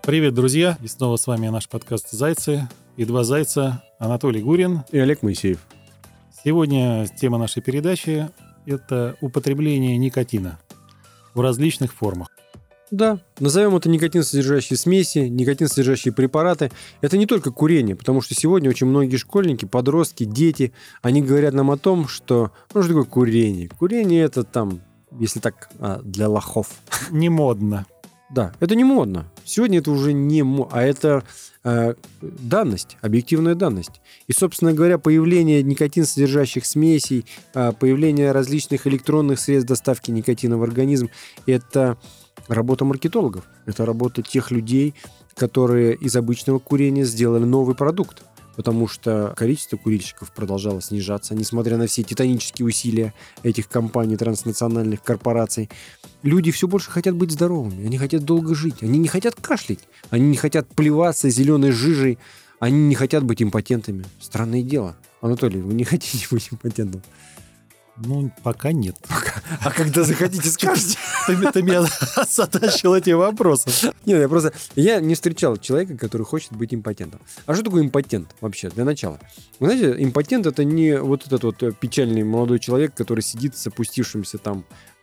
Привет, друзья! И снова с вами наш подкаст «Зайцы». И два зайца — Анатолий Гурин и Олег Моисеев. Сегодня тема нашей передачи — это употребление никотина в различных формах. Да, назовем это никотин-содержащие смеси, никотин-содержащие препараты. Это не только курение, потому что сегодня очень многие школьники, подростки, дети, они говорят нам о том, что что такое курение? Курение — это там, если так, для лохов. Не модно. Да, это не модно. Сегодня это уже не модно, а это данность, объективная данность. И, собственно говоря, появление никотин-содержащих смесей, появление различных электронных средств доставки никотина в организм – это работа маркетологов. Это работа тех людей, которые из обычного курения сделали новый продукт. Потому что количество курильщиков продолжало снижаться, несмотря на все титанические усилия этих компаний, транснациональных корпораций. Люди все больше хотят быть здоровыми, они хотят долго жить, они не хотят кашлять, они не хотят плеваться зеленой жижей, они не хотят быть импотентами. Странное дело. Анатолий, вы не хотите быть импотентом? Ну, пока нет. А когда захотите, скажете. Ты меня затащил этим вопросом. Нет, я не встречал человека, который хочет быть импотентом. А что такое импотент вообще, для начала? Вы знаете, импотент — это не вот этот вот печальный молодой человек, который сидит с опустившимся там,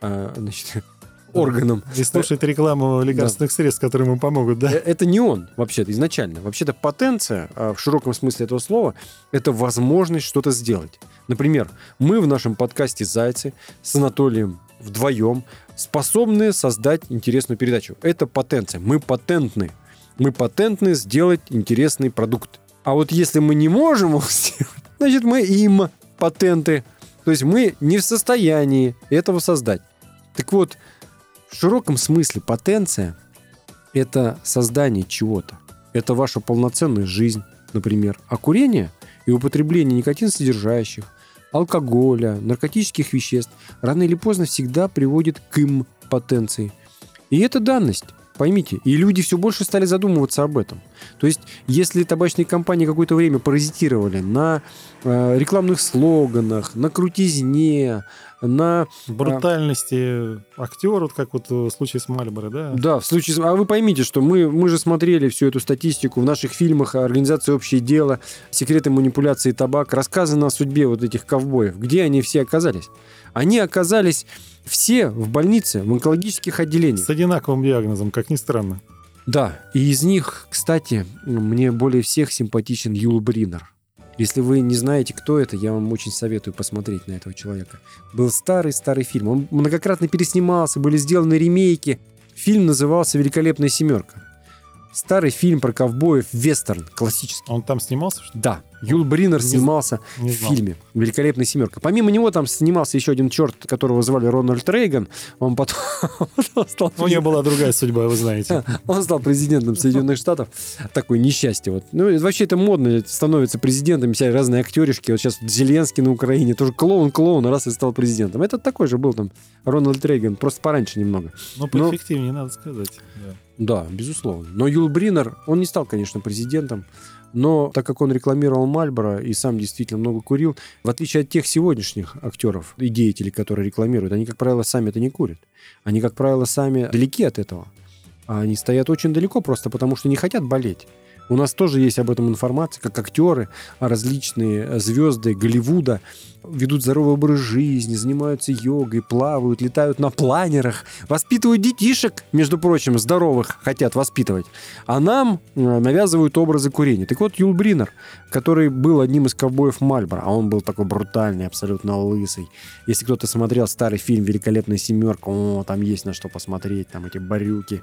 органом. И слушает рекламу лекарственных средств, которые ему помогут, да? Это не он, вообще-то, изначально. Вообще-то потенция, в широком смысле этого слова, это возможность что-то сделать. Например, мы в нашем подкасте «Зайцы» с Анатолием вдвоем способны создать интересную передачу. Это потенция. Мы патентны. Мы патентны сделать интересный продукт. А вот если мы не можем его сделать, значит, мы импотенты. То есть мы не в состоянии этого создать. Так вот, в широком смысле потенция – это создание чего-то. Это ваша полноценная жизнь, например. А курение и употребление никотин-содержащих, алкоголя, наркотических веществ рано или поздно всегда приводит к импотенции. И это данность. Поймите, и люди все больше стали задумываться об этом. То есть, если табачные компании какое-то время паразитировали на рекламных слоганах, на крутизне, на брутальности актеров, как вот в случае с Мальборо, да? Да, в случае. А вы поймите, что мы же смотрели всю эту статистику в наших фильмах «Организация общее дело», «Секреты манипуляции табак», рассказано о судьбе вот этих ковбоев. Где они все оказались? Они оказались все в больнице, в онкологических отделениях. С одинаковым диагнозом, как ни странно. Да, и из них, кстати, мне более всех симпатичен Юл Бриннер. Если вы не знаете, кто это, я вам очень советую посмотреть на этого человека. Был старый-старый фильм. Он многократно переснимался, были сделаны ремейки. Фильм назывался «Великолепная семерка». Старый фильм про ковбоев, вестерн, классический. Он там снимался, что ли? Да. Юл Бриннер снимался в фильме «Великолепная семерка». Помимо него там снимался еще один черт, которого звали Рональд Рейган. Он потом стал... У него была другая судьба, вы знаете. Он стал президентом Соединенных Штатов. Такое несчастье. Вот. Ну, вообще это модно, становятся президентами, все разные актеришки. Вот сейчас Зеленский на Украине, тоже клоун, раз и стал президентом. Это такой же был там Рональд Рейган, просто пораньше немного. Но поэффективнее, надо сказать. Да, безусловно. Но Юл Бриннер, он не стал, конечно, президентом, но так как он рекламировал Мальборо и сам действительно много курил, в отличие от тех сегодняшних актеров и деятелей, которые рекламируют, они, как правило, сами это не курят. Они, как правило, сами далеки от этого. А они стоят очень далеко просто потому, что не хотят болеть. У нас тоже есть об этом информация, как актеры, различные звезды Голливуда ведут здоровый образ жизни, занимаются йогой, плавают, летают на планерах, воспитывают детишек, между прочим, здоровых хотят воспитывать. А нам навязывают образы курения. Так вот, Юл Бриннер, который был одним из ковбоев Мальборо, а он был такой брутальный, абсолютно лысый. Если кто-то смотрел старый фильм «Великолепная семерка», там есть на что посмотреть, там эти барюки,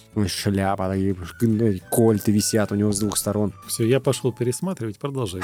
шляпа, кольты висят у него с двух сторон. Все, я пошел пересматривать, продолжай.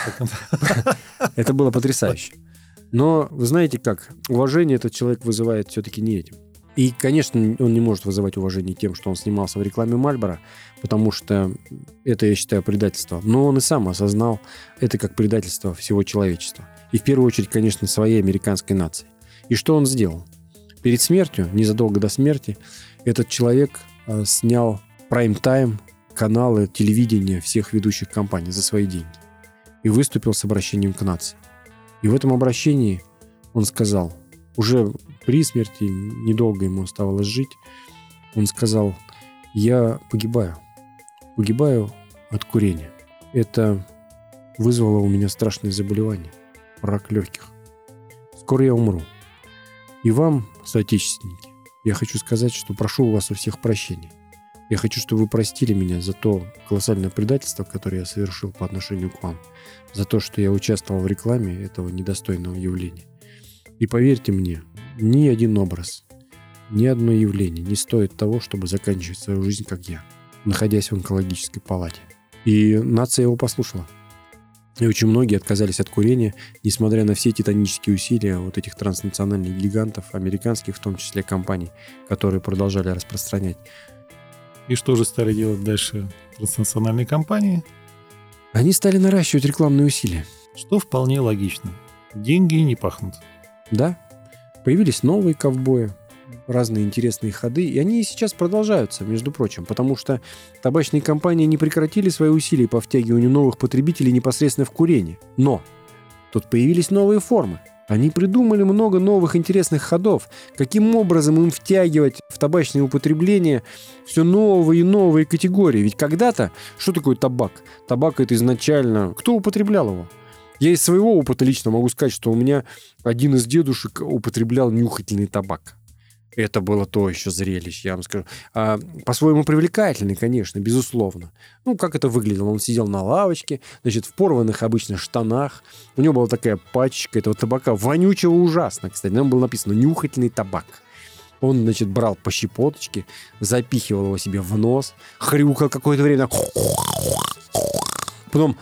Это было потрясающе. Но вы знаете как, уважение этот человек вызывает все-таки не этим. И, конечно, он не может вызывать уважение тем, что он снимался в рекламе Мальборо, потому что это, я считаю, предательство. Но он и сам осознал это как предательство всего человечества. И в первую очередь, конечно, своей американской нации. И что он сделал? Перед смертью, незадолго до смерти, этот человек снял прайм-тайм, каналы телевидения всех ведущих компаний за свои деньги и выступил с обращением к нации. И в этом обращении он сказал, уже при смерти, недолго ему оставалось жить, он сказал: «Я погибаю. Погибаю от курения. Это вызвало у меня страшное заболевание. Рак легких. Скоро я умру. И вам, соотечественники, я хочу сказать, что прошу у вас у всех прощения. Я хочу, чтобы вы простили меня за то колоссальное предательство, которое я совершил по отношению к вам. За то, что я участвовал в рекламе этого недостойного явления. И поверьте мне, ни один образ, ни одно явление не стоит того, чтобы заканчивать свою жизнь, как я, находясь в онкологической палате. И нация его послушала. И очень многие отказались от курения, несмотря на все титанические усилия вот этих транснациональных гигантов, американских в том числе компаний, которые продолжали распространять. И что же стали делать дальше транснациональные компании? Они стали наращивать рекламные усилия. Что вполне логично. Деньги не пахнут. Да, появились новые ковбои, разные интересные ходы, и они и сейчас продолжаются, между прочим, потому что табачные компании не прекратили свои усилия по втягиванию новых потребителей непосредственно в курение. Но тут появились новые формы. Они придумали много новых интересных ходов, каким образом им втягивать в табачное употребление все новые и новые категории. Ведь когда-то, что такое табак? Табак — это изначально... Кто употреблял его? Я из своего опыта лично могу сказать, что у меня один из дедушек употреблял нюхательный табак. Это было то еще зрелище, я вам скажу. По-своему привлекательный, конечно, безусловно. Ну, как это выглядело? Он сидел на лавочке, значит, в порванных обычно штанах. У него была такая пачка этого табака, вонючего ужасно, кстати. Там было написано «нюхательный табак». Он, значит, брал по щепоточке, запихивал его себе в нос, хрюкал какое-то время. Потом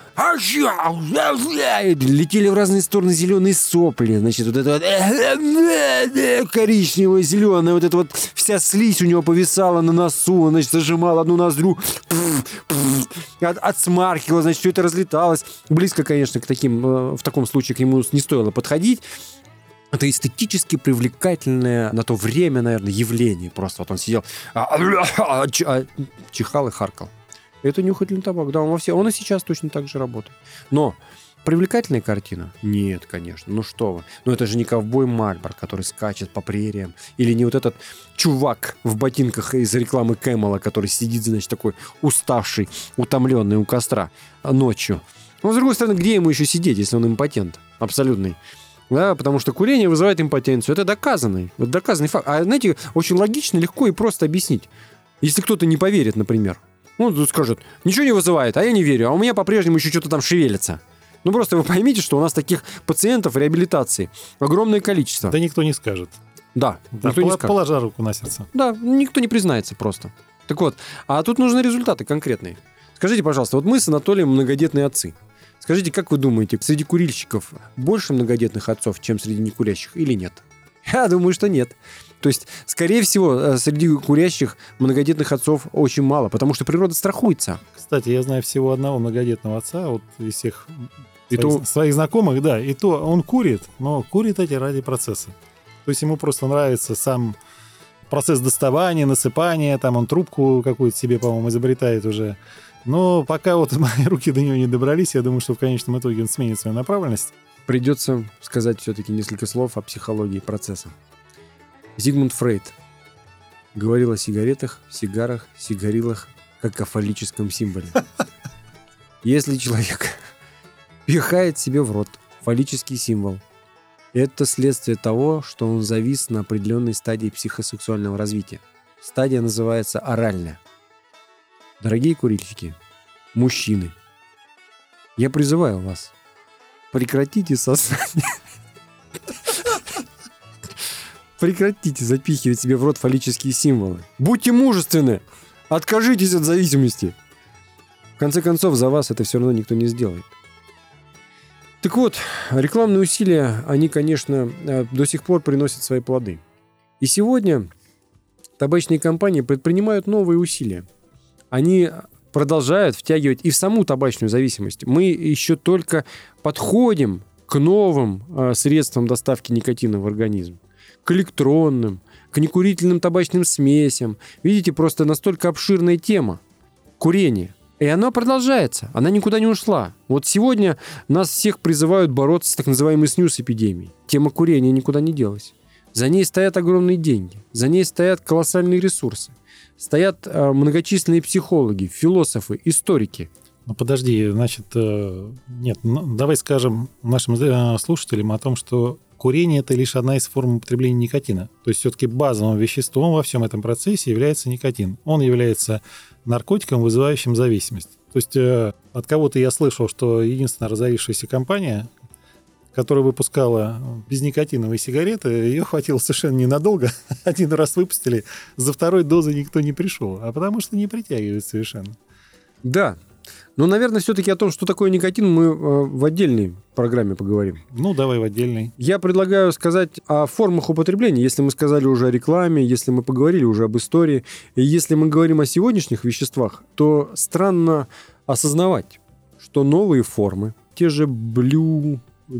летели в разные стороны зеленые сопли. Значит, вот это вот коричневое, зеленое, вот это вот вся слизь у него повисала на носу. Он, значит, зажимал одну ноздрю, отсмаркивал, значит, все это разлеталось. Близко, конечно, к таким, в таком случае к нему не стоило подходить. Это эстетически привлекательное на то время, наверное, явление. Просто вот он сидел, чихал и харкал. Это нюхательный табак, да, он и сейчас точно так же работает. Но привлекательная картина? Нет, конечно. Ну что вы. Ну это же не ковбой Мальборо, который скачет по прериям. Или не вот этот чувак в ботинках из рекламы Кэмела, который сидит, значит, такой уставший, утомленный у костра ночью. Но с другой стороны, где ему еще сидеть, если он импотент? Абсолютный. Да, потому что курение вызывает импотенцию. Это доказанный факт. А знаете, очень логично, легко и просто объяснить. Если кто-то не поверит, например. Он тут скажет, ничего не вызывает, а я не верю, а у меня по-прежнему еще что-то там шевелится. Ну, просто вы поймите, что у нас таких пациентов в реабилитации огромное количество. Да никто не скажет. Да, никто не скажет. Положа руку на сердце. Да, никто не признается просто. Так вот, а тут нужны результаты конкретные. Скажите, пожалуйста, вот мы с Анатолием многодетные отцы. Скажите, как вы думаете, среди курильщиков больше многодетных отцов, чем среди некурящих, или нет? Я думаю, что нет. То есть, скорее всего, среди курящих многодетных отцов очень мало, потому что природа страхуется. Кстати, я знаю всего одного многодетного отца, вот из всех своих знакомых, да, и то он курит, но курит эти ради процесса. То есть ему просто нравится сам процесс доставания, насыпания, там он трубку какую-то себе, по-моему, изобретает уже. Но пока вот мои руки до него не добрались, я думаю, что в конечном итоге он сменит свою направленность. Придется сказать все-таки несколько слов о психологии процесса. Зигмунд Фрейд говорил о сигаретах, сигарах, сигарилах как о фаллическом символе. Если человек пихает себе в рот фаллический символ, это следствие того, что он завис на определенной стадии психосексуального развития. Стадия называется оральная. Дорогие курильщики, мужчины, я призываю вас, прекратите сосание. Прекратите запихивать себе в рот фаллические символы. Будьте мужественны. Откажитесь от зависимости. В конце концов, за вас это все равно никто не сделает. Так вот, рекламные усилия, они, конечно, до сих пор приносят свои плоды. И сегодня табачные компании предпринимают новые усилия. Они продолжают втягивать и в саму табачную зависимость. Мы еще только подходим к новым средствам доставки никотина в организм. К электронным, к некурительным табачным смесям. Видите, просто настолько обширная тема. Курение. И она продолжается. Она никуда не ушла. Вот сегодня нас всех призывают бороться с так называемой снюс-эпидемией. Тема курения никуда не делась. За ней стоят огромные деньги. За ней стоят колоссальные ресурсы. стоят многочисленные психологи, философы, историки. Ну, подожди, значит, нет, давай скажем нашим слушателям о том, что курение – это лишь одна из форм употребления никотина. То есть все-таки базовым веществом во всем этом процессе является никотин. Он является наркотиком, вызывающим зависимость. То есть от кого-то я слышал, что единственная разорившаяся компания, которая выпускала безникотиновые сигареты, ее хватило совершенно ненадолго. Один раз выпустили, за второй дозой никто не пришел, а потому что не притягивает совершенно. Да. Но, наверное, все-таки о том, что такое никотин, мы в отдельной программе поговорим. Ну, давай в отдельной. Я предлагаю сказать о формах употребления. Если мы сказали уже о рекламе, если мы поговорили уже об истории, и если мы говорим о сегодняшних веществах, то странно осознавать, что новые формы, те же Blue,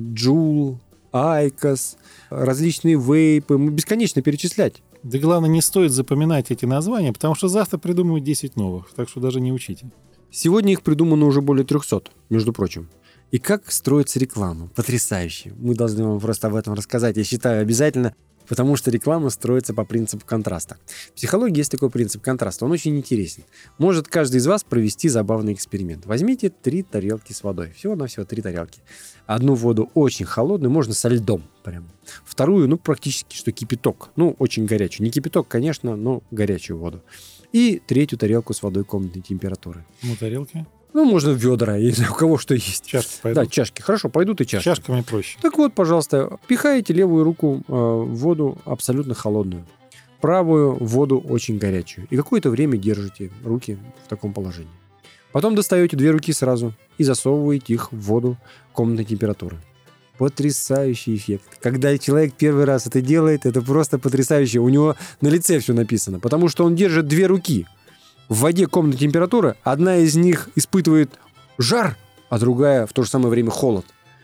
Juul, Айкос, различные вейпы, мы бесконечно перечислять. Да главное, не стоит запоминать эти названия, потому что завтра придумают 10 новых, так что даже не учите. Сегодня их придумано уже более 300, между прочим. И как строится реклама? Потрясающе. Мы должны вам просто об этом рассказать, я считаю, обязательно, потому что реклама строится по принципу контраста. В психологии есть такой принцип контраста, он очень интересен. Может каждый из вас провести забавный эксперимент. Возьмите 3 тарелки с водой, всего-навсего 3 тарелки. Одну воду очень холодную, можно со льдом прямо. Вторую, практически что кипяток, очень горячую. Не кипяток, конечно, но горячую воду. И 3-ю тарелку с водой комнатной температуры. Тарелки? Можно ведра, если у кого что есть. Чашки пойдут? Да, чашки. Хорошо, пойдут и чашки. Чашками проще. Так вот, пожалуйста, пихаете левую руку в воду абсолютно холодную. Правую в воду очень горячую. И какое-то время держите руки в таком положении. Потом достаете 2 руки сразу и засовываете их в воду комнатной температуры. Потрясающий эффект. Когда человек первый раз это делает, это просто потрясающе. У него на лице все написано. Потому что он держит 2 руки в воде комнатной температуры. Одна из них испытывает жар, а другая в то же самое время холод.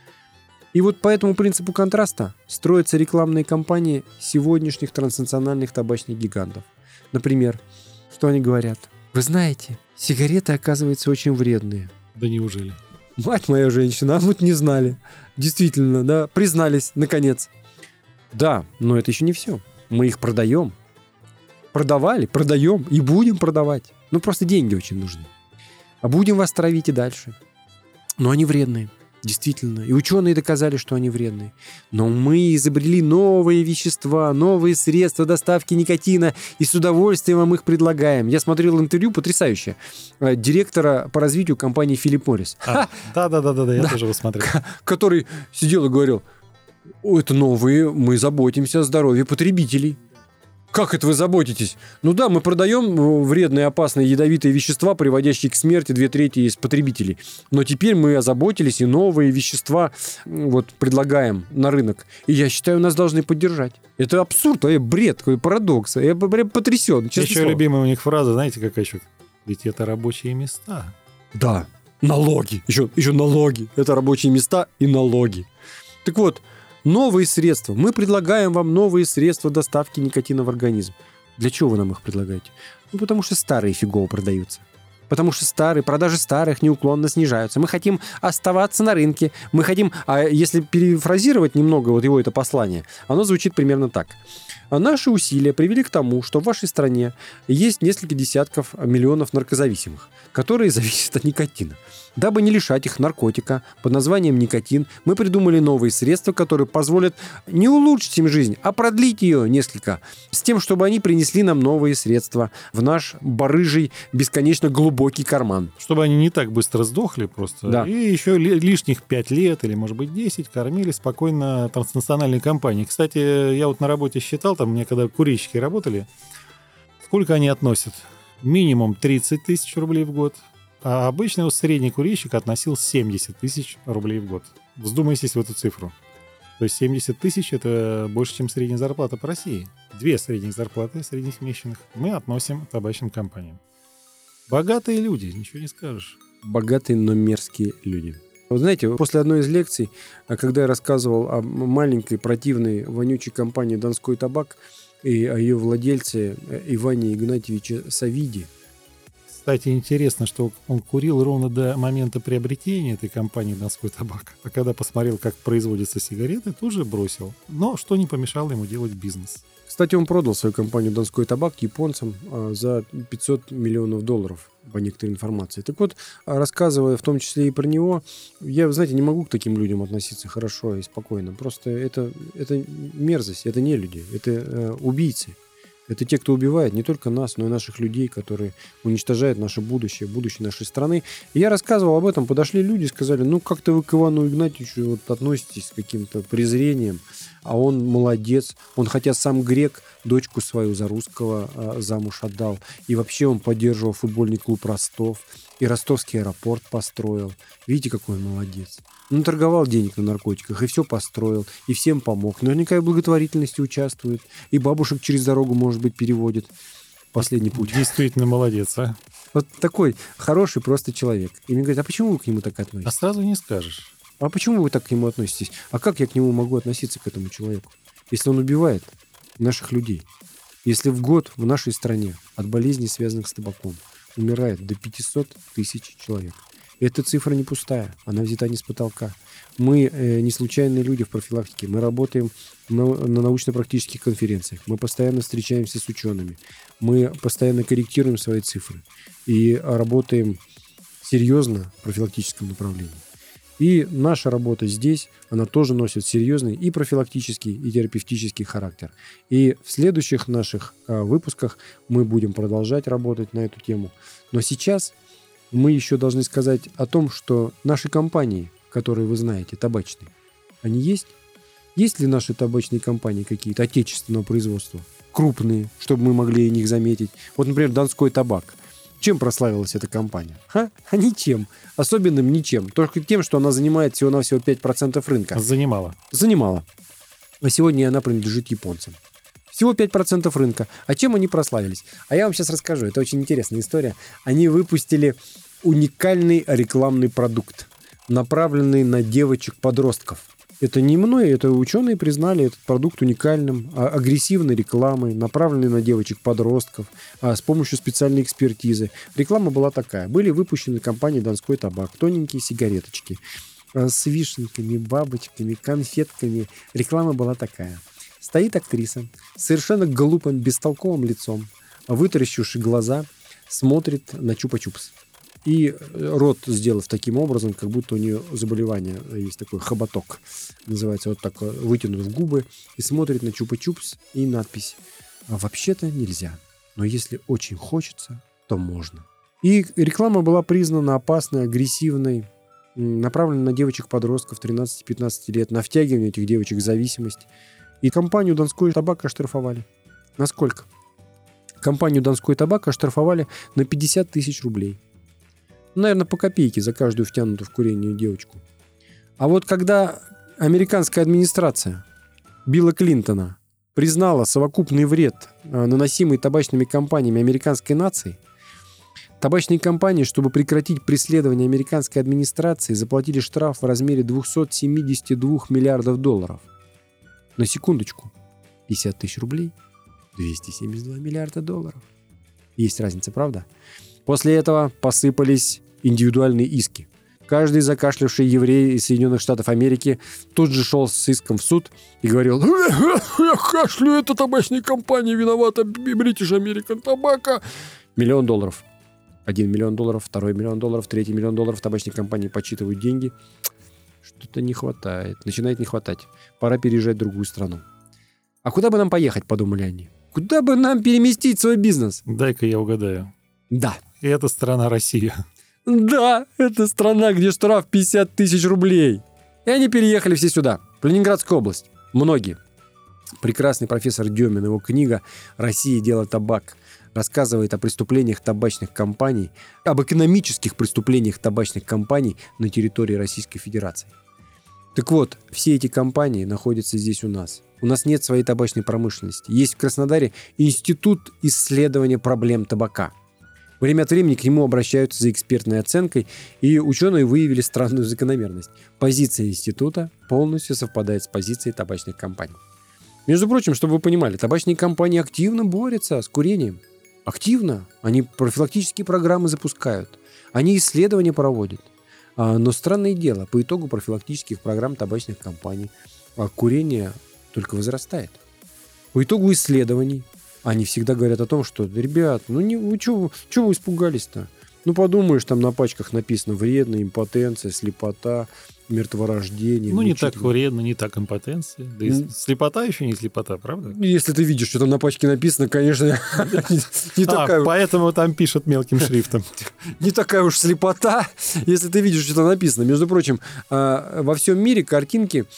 И вот по этому принципу контраста строятся рекламные кампании сегодняшних транснациональных табачных гигантов. Например, что они говорят? Вы знаете, сигареты, оказывается, очень вредные. Да неужели? Мать моя женщина, а мы не знали. Действительно, да, признались, наконец. Да, но это еще не все. Мы их продаем. Продавали, продаем и будем продавать. Просто деньги очень нужны. А будем вас травить и дальше. Но они вредные, действительно. И ученые доказали, что они вредные. Но мы изобрели новые вещества, новые средства доставки никотина, и с удовольствием вам их предлагаем. Я смотрел интервью потрясающее директора по развитию компании Philip Morris. Да, я тоже его смотрел. Который сидел и говорил: это новые, мы заботимся о здоровье потребителей. Как это вы заботитесь? Да, мы продаем вредные, опасные, ядовитые вещества, приводящие к смерти 2/3 из потребителей. Но теперь мы озаботились и новые вещества предлагаем на рынок. И я считаю, нас должны поддержать. Это абсурд, бред, такой парадокс. Я прям потрясен. Еще любимая у них фраза, знаете, какая еще? Ведь это рабочие места. Да, налоги. Еще налоги. Это рабочие места и налоги. Так вот, новые средства. Мы предлагаем вам новые средства доставки никотина в организм. Для чего вы нам их предлагаете? Потому что старые фигово продаются. Потому что продажи старых неуклонно снижаются. Мы хотим оставаться на рынке. Мы хотим, а если перефразировать немного его это послание, оно звучит примерно так. Наши усилия привели к тому, что в вашей стране есть несколько десятков миллионов наркозависимых, которые зависят от никотина. Дабы не лишать их наркотика под названием никотин, мы придумали новые средства, которые позволят не улучшить им жизнь, а продлить ее несколько, с тем, чтобы они принесли нам новые средства в наш барыжий, бесконечно глубокий карман. Чтобы они не так быстро сдохли просто. Да. И еще лишних 5 лет или, может быть, 10 кормили спокойно транснациональные компании. Кстати, я на работе считал, там мне когда курильщики работали, сколько они относят? Минимум 30 тысяч рублей в год. А обычный средний курильщик относил 70 тысяч рублей в год. Вздумайтесь в эту цифру. То есть 70 тысяч – это больше, чем средняя зарплата по России. 2 средних зарплаты, средних месячных, мы относим табачным компаниям. Богатые люди, ничего не скажешь. Богатые, но мерзкие люди. Вы знаете, после одной из лекций, когда я рассказывал о маленькой, противной, вонючей компании «Донской табак» и о ее владельце Иване Игнатьевиче Савиде, Кстати, интересно, что он курил ровно до момента приобретения этой компании «Донской табак». А когда посмотрел, как производятся сигареты, тоже бросил. Но что не помешало ему делать бизнес. Кстати, он продал свою компанию «Донской табак» японцам за $500 миллионов, по некоторой информации. Так вот, рассказывая в том числе и про него, я, знаете, не могу к таким людям относиться хорошо и спокойно. Просто это мерзость, это не люди, это убийцы. Это те, кто убивает не только нас, но и наших людей, которые уничтожают наше будущее нашей страны. И я рассказывал об этом, подошли люди, сказали, ну как-то вы к Ивану Игнатьевичу вот относитесь с каким-то презрением, а он молодец, он хотя сам грек, дочку свою за русского замуж отдал, и вообще он поддерживал футбольный клуб «Ростов», и ростовский аэропорт построил. Видите, какой он молодец. Он торговал денег на наркотиках, и все построил, и всем помог. Наверняка и в благотворительности участвует, и бабушек через дорогу, может быть, переводит. Последний путь. Действительно молодец, а? Вот такой хороший просто человек. И мне говорят, а почему вы к нему так относитесь? А сразу не скажешь. А почему вы так к нему относитесь? А как я к нему могу относиться, к этому человеку? Если он убивает наших людей. Если в год в нашей стране от болезней, связанных с табаком, умирает до 500 тысяч человек. Эта цифра не пустая, она взята не с потолка. Мы не случайные люди в профилактике, мы работаем на научно-практических конференциях, мы постоянно встречаемся с учеными, мы постоянно корректируем свои цифры и работаем серьезно в профилактическом направлении. И наша работа здесь, она тоже носит серьезный и профилактический, и терапевтический характер. И в следующих наших выпусках мы будем продолжать работать на эту тему. Но сейчас мы еще должны сказать о том, что наши компании, которые вы знаете, табачные, они есть? Есть ли наши табачные компании какие-то отечественного производства? Крупные, чтобы мы могли о них заметить. Вот, например, «Донской табак». Чем прославилась эта компания? А ничем. Особенным ничем. Только тем, что она занимает всего-навсего 5% рынка. Занимала. А сегодня она принадлежит японцам. Всего 5% рынка. А чем они прославились? А я вам сейчас расскажу. Это очень интересная история. Они выпустили уникальный рекламный продукт, направленный на девочек-подростков. Это не мной, это ученые признали этот продукт уникальным, агрессивной рекламой, направленной на девочек-подростков, с помощью специальной экспертизы. Реклама была такая. Были выпущены компанией «Донской табак» тоненькие сигареточки с вишенками, бабочками, конфетками. Реклама была такая. Стоит актриса с совершенно глупым, бестолковым лицом, вытаращивши глаза, смотрит на чупа-чупс. И рот сделав таким образом, как будто у нее заболевание, есть такой хоботок, называется, вот так, вытянув губы, и смотрит на чупа-чупс и надпись «Вообще-то нельзя, но если очень хочется, то можно». И реклама была признана опасной, агрессивной, направлена на девочек-подростков 13-15 лет, на втягивание этих девочек в зависимость. И компанию «Донской табак» оштрафовали. Насколько? Компанию «Донской табак» оштрафовали на 50 тысяч рублей. Наверное, по копейке за каждую втянутую в курение девочку. А вот когда американская администрация Билла Клинтона признала совокупный вред, наносимый табачными компаниями американской нации, табачные компании, чтобы прекратить преследование американской администрации, заплатили штраф в размере $272 миллиардов. На секундочку, 50 тысяч рублей, 272 миллиарда долларов. Есть разница, правда? После этого посыпались индивидуальные иски. Каждый закашлявший еврей из Соединенных Штатов Америки тут же шел с иском в суд и говорил: «Я кашлю, это табачная компания виновата, British American Tobacco». $1 миллион. $1 миллион, $2 миллион, $3 миллион. Табачные компании подсчитывают деньги. Что-то не хватает. Начинает не хватать. Пора переезжать в другую страну. А куда бы нам поехать, подумали они? Куда бы нам переместить свой бизнес? Дай-ка я угадаю. Да. И это страна Россия. Да, это страна, где штраф 50 тысяч рублей. И они переехали все сюда, в Ленинградскую область. Многие. Прекрасный профессор Демин, его книга «Россия. Дело табак» рассказывает о преступлениях табачных компаний, об экономических преступлениях табачных компаний на территории Российской Федерации. Так вот, все эти компании находятся здесь у нас. У нас нет своей табачной промышленности. Есть в Краснодаре Институт исследования проблем табака. Время от времени к нему обращаются за экспертной оценкой, и ученые выявили странную закономерность. Позиция института полностью совпадает с позицией табачных компаний. Между прочим, чтобы вы понимали, табачные компании активно борются с курением. Активно. Они профилактические программы запускают. Они исследования проводят. Но странное дело, по итогу профилактических программ табачных компаний курение только возрастает. По итогу исследований они всегда говорят о том, что, ребят, вы чего вы испугались-то? Подумаешь, там на пачках написано вредно, импотенция, слепота, мертворождение. Не так вредно, не так импотенция. Да и слепота еще не слепота, правда? Если ты видишь, что там на пачке написано, конечно, не такая... Поэтому там пишут мелким шрифтом. Не такая уж слепота, если ты видишь, что там написано. Между прочим, во всем мире картинки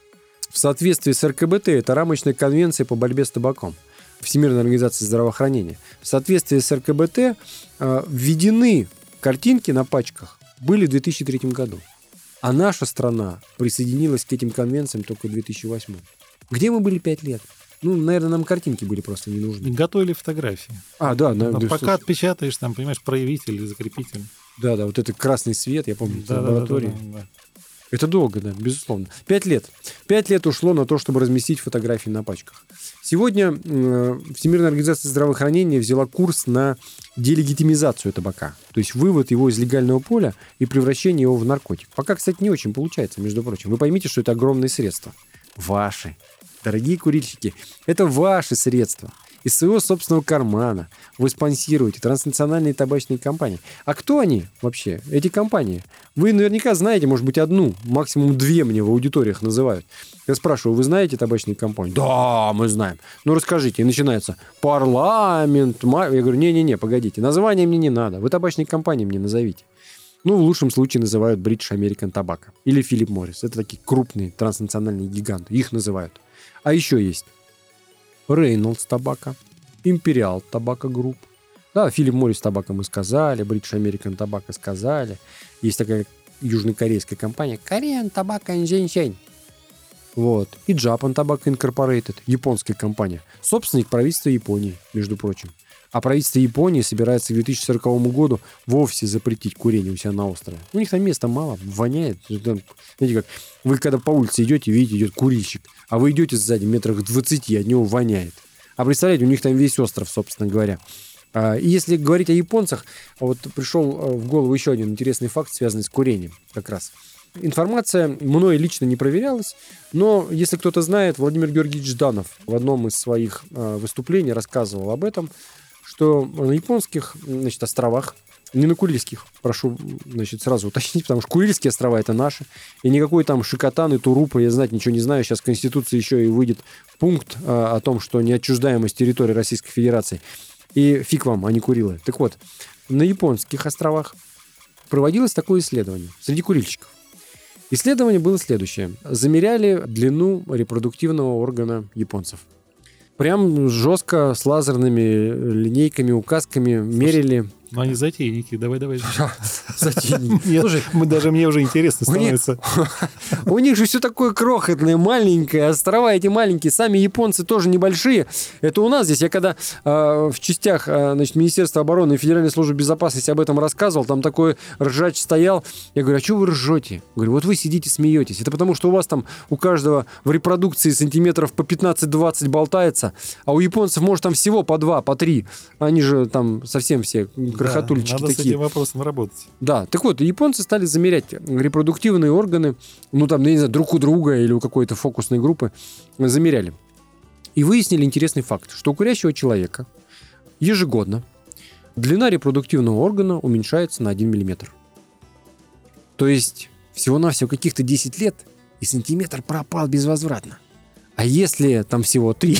в соответствии с РКБТ, это рамочная конвенция по борьбе с табаком, Всемирной организации здравоохранения. В соответствии с РКБТ введены картинки на пачках были в 2003 году. А наша страна присоединилась к этим конвенциям только в 2008. Где мы были 5 лет? Наверное, нам картинки были просто не нужны. Готовили фотографии. Да. Пока отпечатаешь, там, понимаешь, проявитель или закрепитель. Да, вот этот красный свет, я помню, в лаборатории. Да. Это долго, да, безусловно. 5 лет. 5 лет ушло на то, чтобы разместить фотографии на пачках. Сегодня Всемирная организация здравоохранения взяла курс на делегитимизацию табака. То есть вывод его из легального поля и превращение его в наркотик. Пока, кстати, не очень получается, между прочим. Вы поймите, что это огромные средства. Ваши. Дорогие курильщики, это ваши средства. Из своего собственного кармана вы спонсируете транснациональные табачные компании. А кто они вообще, эти компании? Вы наверняка знаете, может быть, одну, максимум 2 мне в аудиториях называют. Я спрашиваю, вы знаете табачные компании? Да, мы знаем. Расскажите. И начинается парламент. Я говорю, не-не-не, погодите, название мне не надо. Вы табачные компании мне назовите. В лучшем случае называют British American Tobacco или Philip Morris. Это такие крупные транснациональные гиганты. Их называют. А еще есть Reynolds Tobacco, Imperial Tobacco Group. Да, Philip Morris Tobacco мы сказали, British American Tobacco сказали. Есть такая южнокорейская компания Korean Tobacco Inc. Вот. И Japan Tobacco Incorporated, японская компания. Собственник правительства Японии, между прочим. А правительство Японии собирается к 2040 году вовсе запретить курение у себя на острове. У них там места мало, воняет. Знаете как, вы когда по улице идете, видите, идет курильщик, а вы идете сзади метрах 20, от него воняет. А представляете, у них там весь остров, собственно говоря. И если говорить о японцах, вот пришел в голову еще один интересный факт, связанный с курением как раз. Информация мной лично не проверялась, но если кто-то знает, Владимир Георгиевич Жданов в одном из своих выступлений рассказывал об этом, что на японских, островах, не на Курильских, прошу, сразу уточнить, потому что Курильские острова — это наши, и никакой там Шикотан и Турупа я знать ничего не знаю. Сейчас в Конституции еще и выйдет пункт о том, что неотчуждаемость территории Российской Федерации. И фиг вам, а не Курилы. Так вот, на японских островах проводилось такое исследование среди курильщиков. Исследование было следующее. Замеряли длину репродуктивного органа японцев. Прям жестко с лазерными линейками, указками мерили. Они затейники, давай. Затейники. Слушай, мне уже интересно становится. У них же все такое крохотное, маленькое, острова эти маленькие, сами японцы тоже небольшие. Это у нас здесь, я когда в частях Министерства обороны и Федеральной службы безопасности об этом рассказывал, там такой ржач стоял. Я говорю, а что вы ржете? Говорю, вот вы сидите, смеетесь. Это потому, что у вас там у каждого в репродукции сантиметров по 15-20 болтается, а у японцев, может, там всего по 2, по 3. Они же там совсем все крохотульчики надо такие. С этим вопросом работать. Да, так вот, японцы стали замерять репродуктивные органы, друг у друга или у какой-то фокусной группы замеряли. И выяснили интересный факт, что у курящего человека ежегодно длина репродуктивного органа уменьшается на 1 миллиметр. То есть всего-навсего каких-то 10 лет, и сантиметр пропал безвозвратно. А если там всего 3...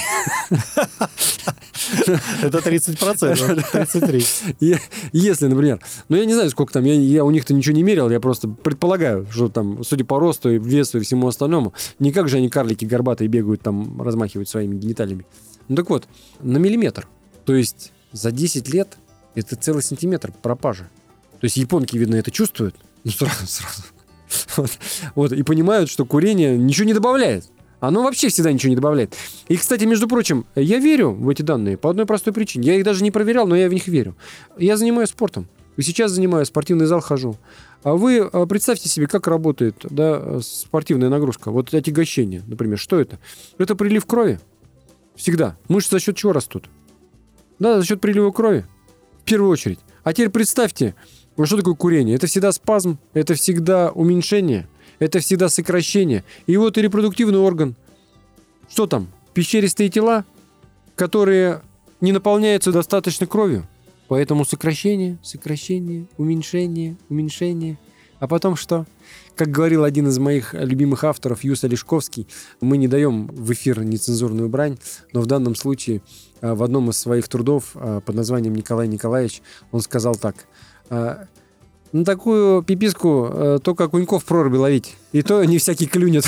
Это 30%, 33. Если, например, я не знаю, сколько там, я у них-то ничего не мерил, я просто предполагаю, что там, судя по росту, весу и всему остальному, не как же они, карлики горбатые, бегают там, размахивают своими гениталиями. Так вот, на миллиметр. То есть за 10 лет это целый сантиметр пропажи. То есть японки, видно, это чувствуют, сразу. Вот, и понимают, что курение ничего не добавляет. Оно вообще всегда ничего не добавляет. И, кстати, между прочим, я верю в эти данные по одной простой причине. Я их даже не проверял, но я в них верю. Я занимаюсь спортом. И сейчас занимаюсь, в спортивный зал хожу. А вы представьте себе, как работает спортивная нагрузка. Вот отягощение, например. Что это? Это прилив крови. Всегда. Мышцы за счет чего растут? Да, за счет прилива крови. В первую очередь. А теперь представьте, что такое курение? Это всегда спазм, это всегда уменьшение, это всегда сокращение. И вот и репродуктивный орган. Что там? Пещеристые тела, которые не наполняются достаточно кровью. Поэтому сокращение, уменьшение. А потом что? Как говорил один из моих любимых авторов, Юса Лешковский, мы не даем в эфир нецензурную брань, но в данном случае в одном из своих трудов под названием «Николай Николаевич» он сказал так: на такую пиписку только окуньков в проруби ловить, и то не всякий клюнет.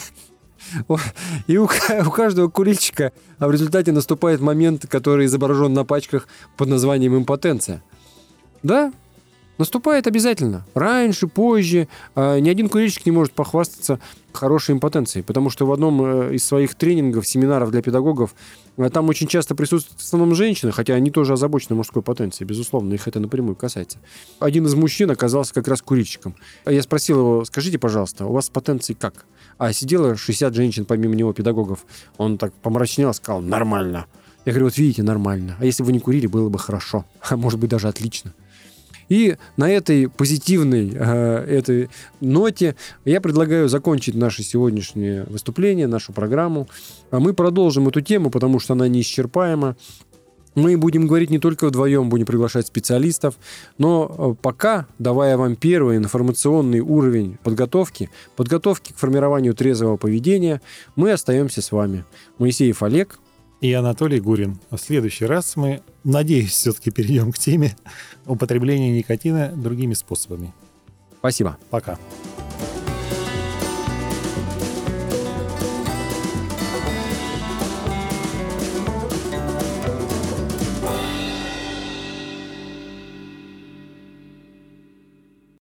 И у каждого курильщика в результате наступает момент, который изображен на пачках под названием импотенция. Да, наступает обязательно. Раньше, позже. Ни один курильщик не может похвастаться хорошей импотенцией, потому что в одном из своих тренингов, семинаров для педагогов, там очень часто присутствуют в основном женщины, хотя они тоже озабочены мужской потенцией, безусловно, их это напрямую касается. Один из мужчин оказался как раз курильщиком. Я спросил его: скажите, пожалуйста, у вас с потенцией как? А сидело 60 женщин помимо него, педагогов. Он так помрачнел, сказал: нормально. Я говорю: вот видите, нормально. А если бы вы не курили, было бы хорошо. А может быть, даже отлично. И на этой позитивной этой ноте я предлагаю закончить наше сегодняшнее выступление, нашу программу. Мы продолжим эту тему, потому что она неисчерпаема. Мы будем говорить не только вдвоем, будем приглашать специалистов, но пока, давая вам первый информационный уровень подготовки к формированию трезвого поведения, мы остаемся с вами. Моисеев Олег и Анатолий Гурин. В следующий раз мы, надеюсь, все-таки перейдем к теме употребления никотина другими способами. Спасибо. Пока.